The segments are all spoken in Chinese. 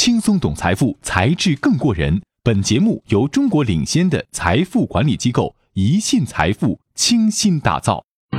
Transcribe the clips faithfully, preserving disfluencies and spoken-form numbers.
轻松懂财富，才智更过人。本节目由中国领先的财富管理机构宜信财富倾心打造。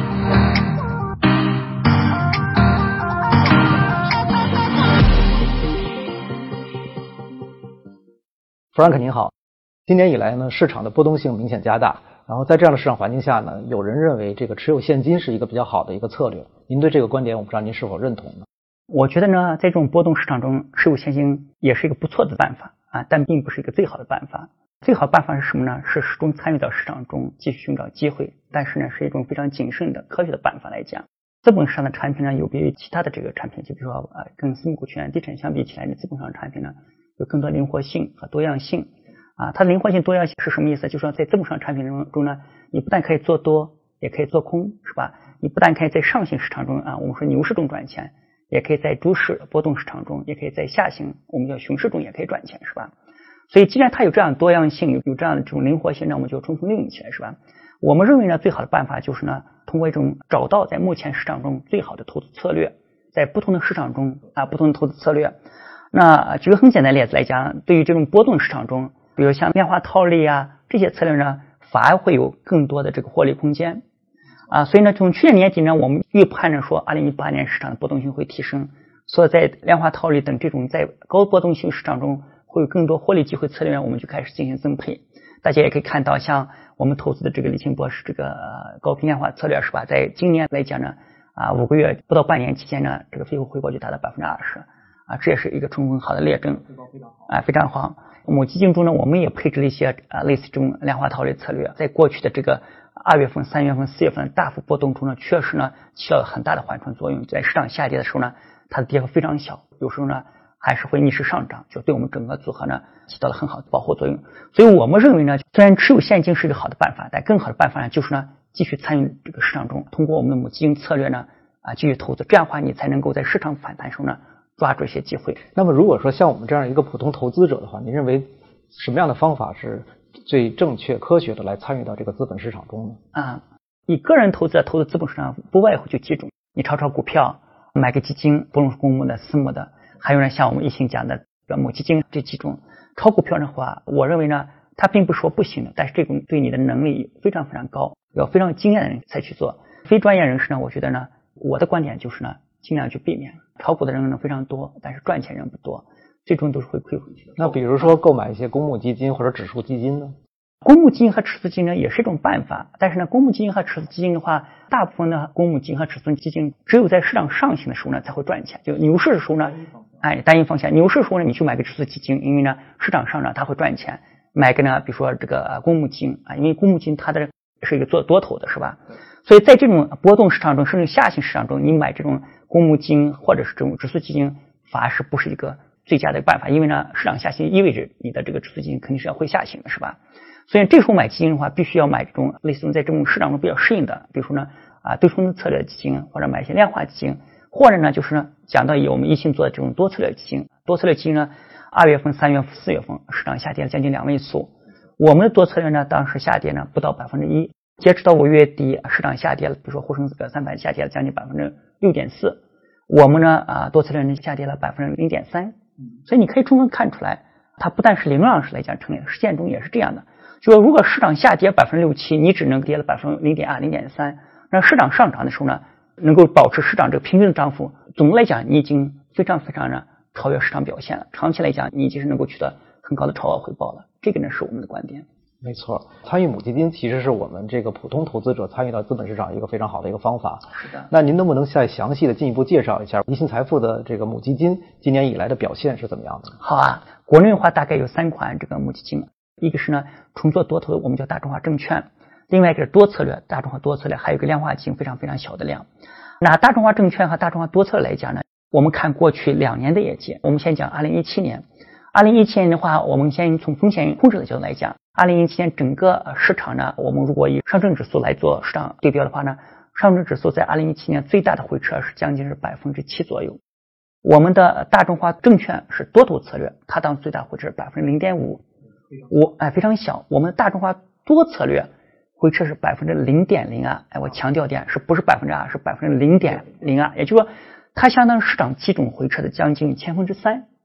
弗兰克您好，今年以来呢，市场的波动性明显加大，然后在这样的市场环境下呢，有人认为这个持有现金是一个比较好的一个策略。您对这个观点，我不知道您是否认同呢？ 我觉得呢，在这种波动市场中，持有现金也是一个不错的办法啊，但并不是一个最好的办法。最好的办法是什么呢？是始终参与到市场中，继续寻找机会，但是呢，是一种非常谨慎的科学的办法来讲。资本市场的产品呢，有别于其他的这个产品，就比如说呃，跟私募股权、地产相比起来呢，资本市场产品呢有更多灵活性和多样性啊。它的灵活性、多样性是什么意思？就是说，在资本市场产品中中呢，你不但可以做多，也可以做空，是吧？你不但可以在上行市场中啊，我们说牛市中赚钱，也可以在猪市波动市场中，也可以在下行我们叫熊市中也可以赚钱，是吧？所以既然它有这样多样性，有有这样的这种灵活性，那我们就充分利用起来，是吧？我们认为呢，最好的办法就是呢，通过一种找到在目前市场中最好的投资策略，在不同的市场中啊，不同的投资策略。那举个很简单的例子来讲，对于这种波动市场中，比如像量化套利啊这些策略呢，反而会有更多的这个获利空间啊。所以呢，从去年年底呢，我们预判着说，二零一八年市场的波动性会提升，所以在量化套利等这种在高波动性市场中会有更多获利机会策略，我们就开始进行增配。大家也可以看到，像我们投资的这个李清博士这个高频量化策略，是吧？在今年来讲呢，啊五个月不到半年期间呢，这个税后回报就达到百分之二十啊，这也是一个充分好的列证啊，非常好。母基金中呢，我们也配置了一些啊类似这种量化套利策略，在过去的这个二月份、三月份、四月份大幅波动中呢，确实呢起到了很大的缓冲作用。在市场下跌的时候呢，它的跌幅非常小，有时候呢还是会逆势上涨，就对我们整个组合呢起到了很好的保护作用。所以我们认为呢，虽然持有现金是一个好的办法，但更好的办法呢就是呢继续参与这个市场中，通过我们的母基金策略呢啊继续投资，这样的话你才能够在市场反弹时候呢抓住一些机会。 那么如果说像我们这样一个普通投资者的话，您认为什么样的方法是最正确科学的来参与到这个资本市场中呢？ 啊，以个人投资投资资本市场不外乎就几种，你炒炒股票，买个基金，不论是公募的、私募的，还有呢像我们一心讲的母基金这几种。炒股票的话，我认为呢它并不是说不行的，但是这种对你的能力非常非常高，要非常经验的人才去做。非专业人士呢，我觉得呢，我的观点就是呢，尽量去避免。炒股的人呢非常多，但是赚钱人不多，最终都是会亏回去的。 那比如说购买一些公募基金或者指数基金呢？ 公募基金和指数基金呢也是一种办法，但是呢，公募基金和指数基金的话，大部分的公募基金和指数基金只有在市场上行的时候呢才会赚钱。就牛市的时候呢，哎，单一方向。牛市的时候呢，你去买个指数基金，因为呢市场上涨它会赚钱。买个呢，比如说这个公募基金啊，因为公募基金它的是一个做多头的，是吧？所以在这种波动市场中，甚至下行市场中，你买这种公募基金或者是这种指数基金，反而是不是一个最佳的办法？因为呢，市场下行意味着你的这个指数基金肯定是要会下行的，是吧？所以这时候买基金的话，必须要买这种类似于在这种市场中比较适应的，比如说呢啊对冲策略基金，或者买一些量化基金，或者呢就是呢讲到以我们一心做的这种多策略基金。多策略基金呢，二月份、三月份、四月份市场下跌了将近两位数，我们的多策略呢当时下跌呢不到百分之一，截止到五月底市场下跌了，比如说沪深三百下跌了将近百分之六点四，我们呢啊多策略呢下跌了百分之零点三，所以你可以充分看出来，它不但是理论上是来讲成立的，实践中也是这样的。就说如果市场下跌百分之六七，你只能跌了百分之零点二、零点三，那市场上涨的时候呢，能够保持市场这个平均的涨幅，总的来讲你已经非常非常的超越市场表现了。长期来讲，你已经是能够取得很高的超额回报了。这个呢是我们的观点。 没错，参与母基金其实是我们这个普通投资者参与到资本市场一个非常好的一个方法。 是的。 那您能不能再详细的进一步介绍一下宜信财富的这个母基金今年以来的表现是怎么样的？ 好啊，国内的话大概有三款这个母基金，一个是呢纯做多头，我们叫大中华证券；另外一个是多策略，大中华多策略，还有一个量化基金，非常非常小的量。那大中华证券和大中华多策略来讲呢，我们看过去两年的业绩，我们先讲二零一七年。二零一七年的话，我们先从风险控制的角度来讲，二零一七年整个市场呢，我们如果以上证指数来做市场对标的话呢，上证指数在二零一七年最大的回撤是将近是百分之七左右。我们的大中华证券是多头策略，它当最大回撤是百分之零点五，我哎非常小。我们大中华多策略回撤是百分之零点零二，哎，我强调点是不是百分之二，是百分之零点零二，也就是说它相当于市场基准回撤的将近千分之三。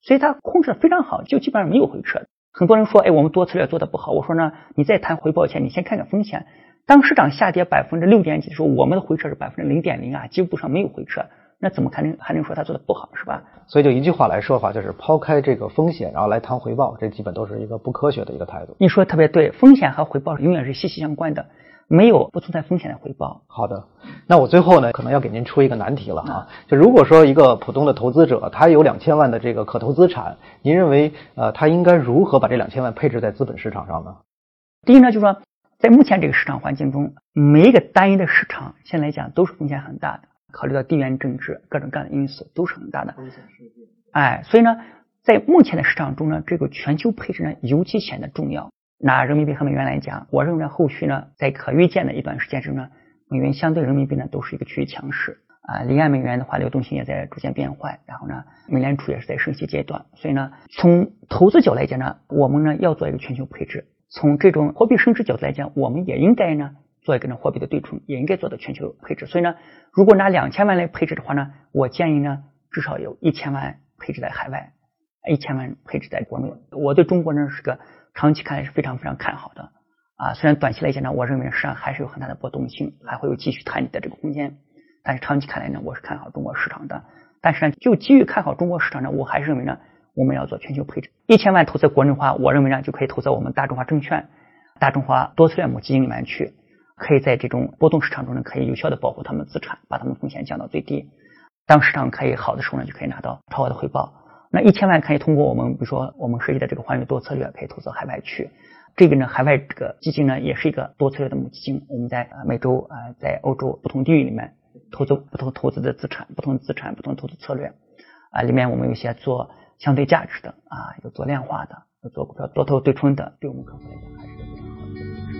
所以它控制的非常好，就基本上没有回撤。很多人说，哎，我们多策略做的不好。我说呢，你在谈回报前，你先看看风险。当市场下跌百分之六点几的时候，我们的回撤是百分之零点零啊，几乎上没有回撤。那怎么还能还能说它做的不好，是吧？ 所以就一句话来说的话，就是抛开这个风险，然后来谈回报，这基本都是一个不科学的一个态度。 你说的特别对，风险和回报永远是息息相关的，没有不存在风险的回报。 好的，那我最后呢，可能要给您出一个难题了啊。就如果说一个普通的投资者，他有两千万的这个可投资产，您认为呃他应该如何把这两千万配置在资本市场上呢？ 第一呢，就是说在目前这个市场环境中，每一个单一的市场现在来讲都是风险很大的，考虑到地缘政治各种各样的因素都是很大的。哎，所以呢，在目前的市场中呢，这个全球配置呢尤其显得重要。拿人民币和美元来讲，我认为后续呢，在可预见的一段时间中呢，美元相对人民币呢都是一个趋于强势啊。离岸美元的话，流动性也在逐渐变坏，然后呢，美联储也是在升息阶段，所以呢，从投资角来讲呢，我们呢要做一个全球配置。从这种货币升值角度来讲，我们也应该呢做一个呢货币的对冲，也应该做到全球配置。所以呢，如果拿两千万来配置的话呢，我建议呢至少有一千万配置在海外，一千万配置在国内。我对中国呢是个长期看来是非常非常看好的啊。虽然短期来讲呢，我认为市场还是有很大的波动性，还会有继续探底的这个空间，但是长期看来呢，我是看好中国市场的。但是呢，就基于看好中国市场呢，我还是认为呢，我们要做全球配置。一千万投资国内化，我认为呢就可以投资我们大中华证券、大中华多策略母基金里面去，可以在这种波动市场中呢，可以有效的保护他们资产，把他们风险降到最低。当市场可以好的时候呢，就可以拿到超额的回报。那一千万可以通过我们比如说我们设计的这个环宇多策略，可以投资海外去。这个呢，海外这个基金呢，也是一个多策略的母基金。我们在美洲啊、呃，在欧洲不同地域里面投资不同投资的资产，不同资产，不同投资策略啊、呃，里面我们有一些做相对价值的啊，有做量化的，有做股票多头对冲的，对我们客户来讲还是一个非常好的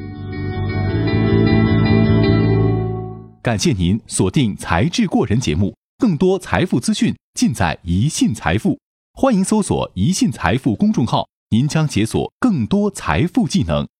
方式。 感谢您锁定财智过人节目，更多财富资讯尽在宜信财富。欢迎搜索宜信财富公众号，您将解锁更多财富技能。